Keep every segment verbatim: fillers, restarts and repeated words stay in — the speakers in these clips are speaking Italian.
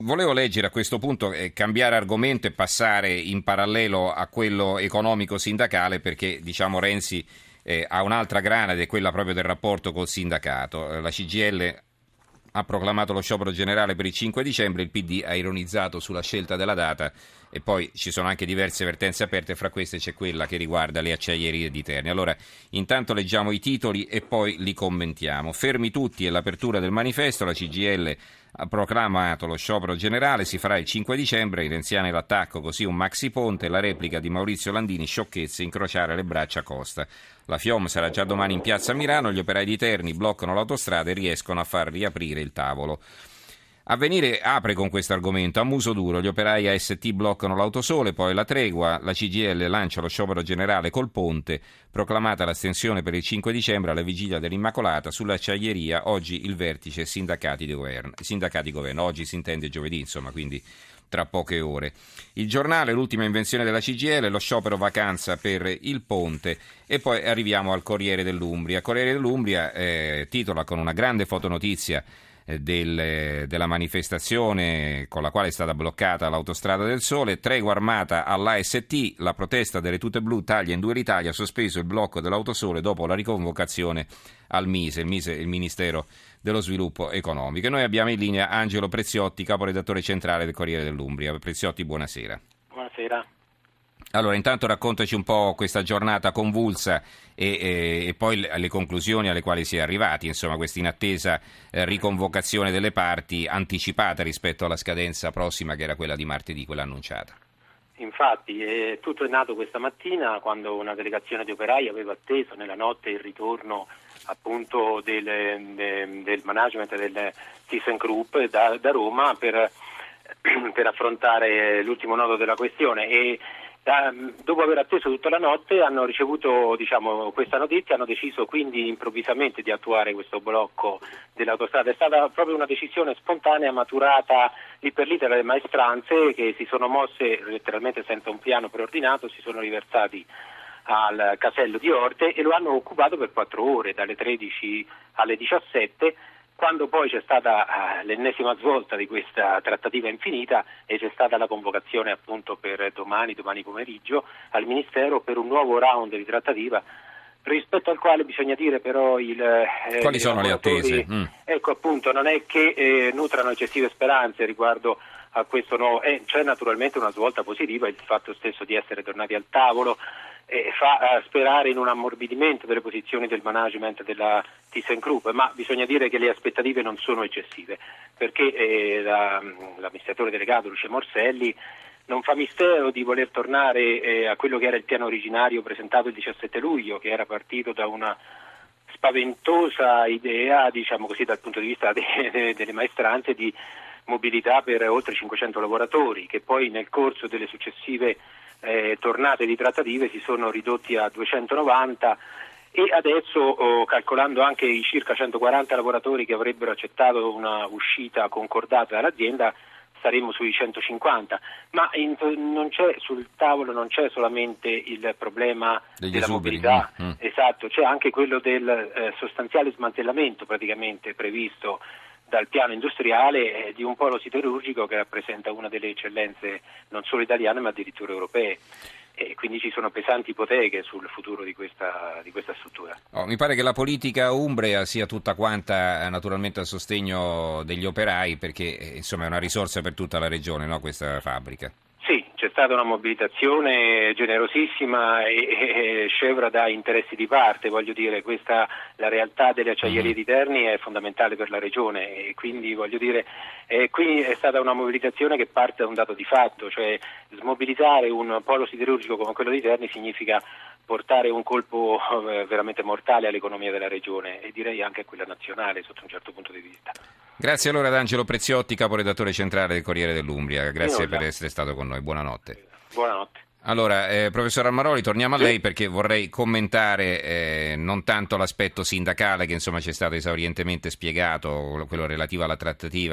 Volevo leggere a questo punto, eh, cambiare argomento e passare in parallelo a quello economico-sindacale, perché diciamo Renzi eh, ha un'altra grana ed è quella proprio del rapporto col sindacato. Eh, la C G I L ha proclamato lo sciopero generale per il cinque dicembre, il P D ha ironizzato sulla scelta della data e poi ci sono anche diverse vertenze aperte, fra queste c'è quella che riguarda le acciaierie di Terni. Allora, intanto leggiamo i titoli e poi li commentiamo. Fermi tutti è l'apertura del manifesto, la C G I L ha proclamato lo sciopero generale, si farà il cinque dicembre, i renziani l'attacco, così un maxi ponte, la replica di Maurizio Landini, sciocchezze, incrociare le braccia a Costa. La FIOM sarà già domani in piazza Milano, gli operai di Terni bloccano l'autostrada e riescono a far riaprire il tavolo. Avvenire apre con questo argomento, a muso duro, gli operai A S T bloccano l'autosole, poi la tregua, la C G I L lancia lo sciopero generale col ponte, proclamata l'astensione per il cinque dicembre alla vigilia dell'Immacolata, sull'acciaieria oggi il vertice sindacati di governo, sindacati governo, oggi si intende giovedì, insomma, quindi tra poche ore. Il giornale, l'ultima invenzione della C G I L, lo sciopero vacanza per il ponte e poi arriviamo al Corriere dell'Umbria. Corriere dell'Umbria eh, titola con una grande fotonotizia Del, della manifestazione con la quale è stata bloccata l'autostrada del Sole, tregua armata all'A S T, la protesta delle tute blu taglia in due l'Italia, sospeso il blocco dell'autosole dopo la riconvocazione al MISE, il MISE il Ministero dello Sviluppo Economico. E noi abbiamo in linea Angelo Preziotti, caporedattore centrale del Corriere dell'Umbria. Preziotti, buonasera. Buonasera. Allora, intanto raccontaci un po' questa giornata convulsa e, e, e poi le, le conclusioni alle quali si è arrivati, insomma, questa inattesa eh, riconvocazione delle parti anticipata rispetto alla scadenza prossima che era quella di martedì, quella annunciata. Infatti, eh, tutto è nato questa mattina quando una delegazione di operai aveva atteso nella notte il ritorno appunto del, de, del management del ThyssenKrupp da, da Roma per, per affrontare l'ultimo nodo della questione e Da, dopo aver atteso tutta la notte hanno ricevuto diciamo, questa notizia, hanno deciso quindi improvvisamente di attuare questo blocco dell'autostrada. È stata proprio una decisione spontanea maturata lì per lì dalle maestranze che si sono mosse letteralmente senza un piano preordinato, si sono riversati al casello di Orte e lo hanno occupato per quattro ore, dalle tredici alle diciassette. Quando poi c'è stata uh, l'ennesima svolta di questa trattativa infinita e c'è stata la convocazione appunto per domani, domani pomeriggio al Ministero per un nuovo round di trattativa rispetto al quale bisogna dire però il eh, quali sono le attese? Mm. Ecco appunto, non è che eh, nutrano eccessive speranze riguardo a questo nuovo, eh, c'è naturalmente una svolta positiva, il fatto stesso di essere tornati al tavolo eh, fa eh, sperare in un ammorbidimento delle posizioni del management della ThyssenKrupp, ma bisogna dire che le aspettative non sono eccessive, perché eh, la, l'amministratore delegato Lucia Morselli non fa mistero di voler tornare eh, a quello che era il piano originario presentato il diciassette luglio, che era partito da una spaventosa idea, diciamo così, dal punto di vista de- de- delle maestranze di mobilità per oltre cinquecento lavoratori, che poi nel corso delle successive eh, tornate di trattative si sono ridotti a duecentonovanta e adesso, oh, calcolando anche i circa centoquaranta lavoratori che avrebbero accettato una uscita concordata dall'azienda, saremo sui centocinquanta, ma in, non c'è sul tavolo non c'è solamente il problema degli della esuberi. mobilità, mm. esatto, c'è anche quello del eh, sostanziale smantellamento praticamente previsto dal piano industriale eh, di un polo siderurgico che rappresenta una delle eccellenze non solo italiane ma addirittura europee. E quindi ci sono pesanti ipoteche sul futuro di questa, di questa struttura. Oh, mi pare che la politica umbrea sia tutta quanta naturalmente a sostegno degli operai perché eh, insomma è una risorsa per tutta la regione, no, questa fabbrica. Sì, c'è stata una mobilitazione generosissima e, e, e scevra da interessi di parte, voglio dire, questa la realtà delle acciaierie Mm-hmm. di Terni è fondamentale per la regione e quindi voglio dire, eh, qui è stata una mobilitazione che parte da un dato di fatto, cioè smobilitare un polo siderurgico come quello di Terni significa portare un colpo eh, veramente mortale all'economia della regione e direi anche a quella nazionale sotto un certo punto di vista. Grazie allora ad Angelo Preziotti, caporedattore centrale del Corriere dell'Umbria, grazie per essere stato con noi, buonanotte. Buonanotte. Allora, eh, professor Armaroli, torniamo a sì. lei perché vorrei commentare eh, non tanto l'aspetto sindacale che insomma ci è stato esaurientemente spiegato, quello relativo alla trattativa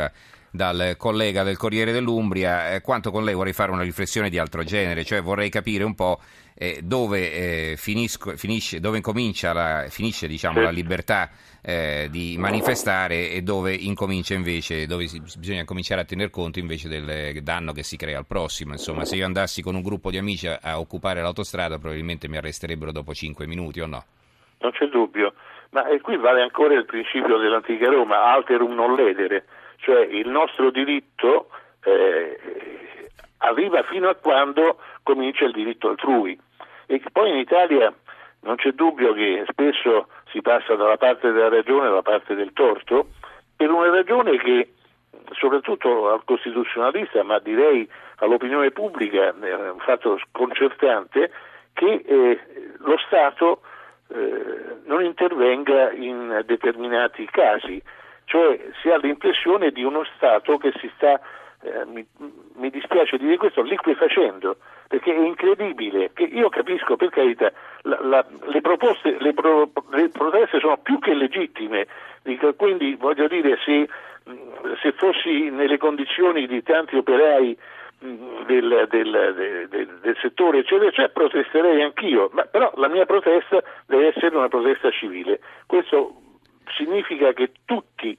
dal collega del Corriere dell'Umbria, eh, quanto con lei vorrei fare una riflessione di altro genere, cioè vorrei capire un po' eh, dove, eh, finisco, finisce, dove incomincia la, finisce diciamo, la libertà eh, di manifestare e dove incomincia invece, dove si, bisogna cominciare a tener conto invece del danno che si crea al prossimo. Insomma, se io andassi con un gruppo di amici a, a occupare l'autostrada probabilmente mi arresterebbero dopo cinque minuti, o no? Non c'è dubbio, ma eh, qui vale ancora il principio dell'antica Roma, alterum non ledere, cioè il nostro diritto eh, arriva fino a quando comincia il diritto altrui. E poi in Italia non c'è dubbio che spesso si passa dalla parte della ragione alla parte del torto, per una ragione che soprattutto al costituzionalista, ma direi all'opinione pubblica, è un fatto sconcertante, che eh, lo Stato eh, non intervenga in determinati casi, cioè si ha l'impressione di uno Stato che si sta, eh, mi, mi dispiace dire questo, liquefacendo, perché è incredibile, che io capisco, per carità, la, la, le proposte, le, pro, le proteste sono più che legittime, quindi voglio dire, se, se fossi nelle condizioni di tanti operai del, del, del, del settore eccetera, cioè protesterei anch'io, ma però la mia protesta deve essere una protesta civile. Questo significa che tutti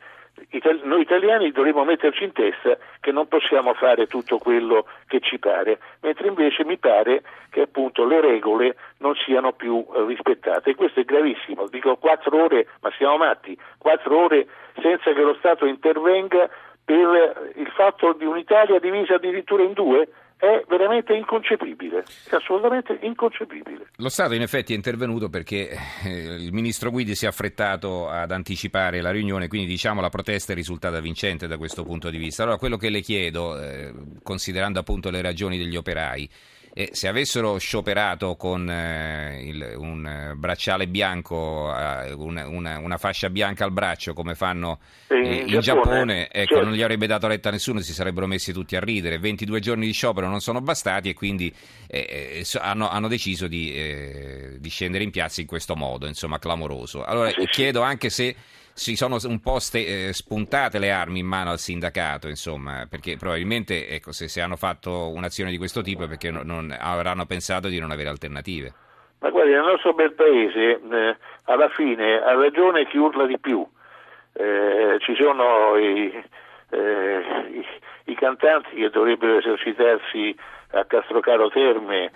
noi italiani dovremmo metterci in testa che non possiamo fare tutto quello che ci pare, mentre invece mi pare che appunto le regole non siano più rispettate, e questo è gravissimo. Dico quattro ore, ma siamo matti, quattro ore senza che lo Stato intervenga per il fatto di un'Italia divisa addirittura in due? È veramente inconcepibile, è assolutamente inconcepibile. Lo Stato in effetti è intervenuto perché eh, il ministro Guidi si è affrettato ad anticipare la riunione, quindi diciamo la protesta è risultata vincente da questo punto di vista. Allora quello che le chiedo, eh, considerando appunto le ragioni degli operai, eh, se avessero scioperato con eh, il, un eh, bracciale bianco, eh, una, una, una fascia bianca al braccio come fanno eh, in, in Giappone, Giappone ecco, certo. Non gli avrebbe dato retta a nessuno, si sarebbero messi tutti a ridere. ventidue giorni di sciopero non sono bastati e quindi eh, hanno, hanno deciso di, eh, di scendere in piazza in questo modo, insomma, clamoroso. Allora sì, chiedo anche se si sono un po' ste, eh, spuntate le armi in mano al sindacato, insomma, perché probabilmente ecco, se, se hanno fatto un'azione di questo tipo è perché non, non avranno pensato di non avere alternative. Ma guardi, nel nostro bel paese eh, alla fine ha ragione chi urla di più. Eh, ci sono i, eh, i, i cantanti che dovrebbero esercitarsi a Castrocaro Terme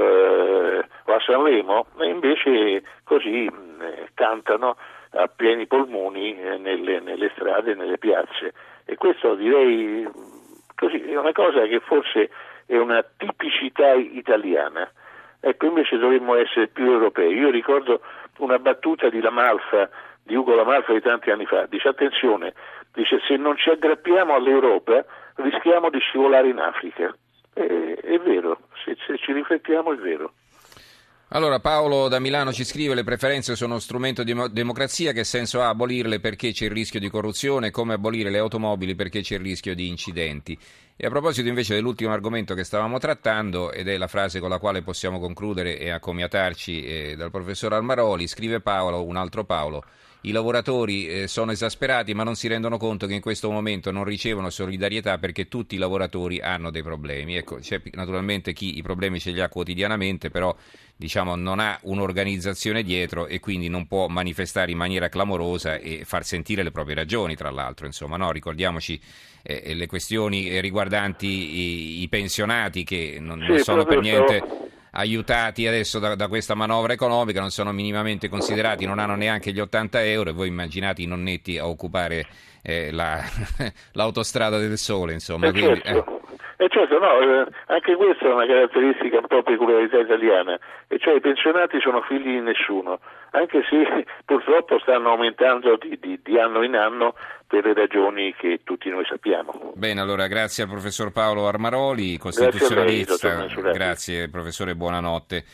eh, o a Sanremo, e invece così eh, cantano a pieni polmoni eh, nelle, nelle strade, nelle piazze, e questo direi così è una cosa che forse è una tipicità italiana. Ecco, invece dovremmo essere più europei. Io ricordo una battuta di Lamalfa, di Ugo Lamalfa di tanti anni fa, dice attenzione, dice se non ci aggrappiamo all'Europa rischiamo di scivolare in Africa. E, è vero, se, se ci riflettiamo è vero. Allora Paolo da Milano ci scrive: le preferenze sono uno strumento di democrazia, che senso ha abolirle perché c'è il rischio di corruzione, come abolire le automobili perché c'è il rischio di incidenti. E a proposito invece dell'ultimo argomento che stavamo trattando, ed è la frase con la quale possiamo concludere e accomiatarci eh, dal professor Armaroli, scrive Paolo, un altro Paolo: i lavoratori eh, sono esasperati ma non si rendono conto che in questo momento non ricevono solidarietà perché tutti i lavoratori hanno dei problemi. Ecco, c'è naturalmente chi i problemi ce li ha quotidianamente, però diciamo non ha un'organizzazione dietro e quindi non può manifestare in maniera clamorosa e far sentire le proprie ragioni, tra l'altro, insomma, no? Ricordiamoci eh, le questioni riguardanti i, i pensionati che non, sì, non sono per niente aiutati adesso da, da questa manovra economica, non sono minimamente considerati, non hanno neanche gli ottanta euro, e voi immaginate i nonnetti a occupare eh, la, l'autostrada del sole, insomma. E quindi, certo, eh. e certo no, eh, anche questa è una caratteristica un po' peculiarità italiana, e cioè i pensionati sono figli di nessuno, anche se purtroppo stanno aumentando di, di, di anno in anno per le ragioni che tutti noi sappiamo. Bene, allora grazie al professor Paolo Armaroli, costituzionalista. Grazie a lei, dottor Mensurati. Grazie professore, buonanotte.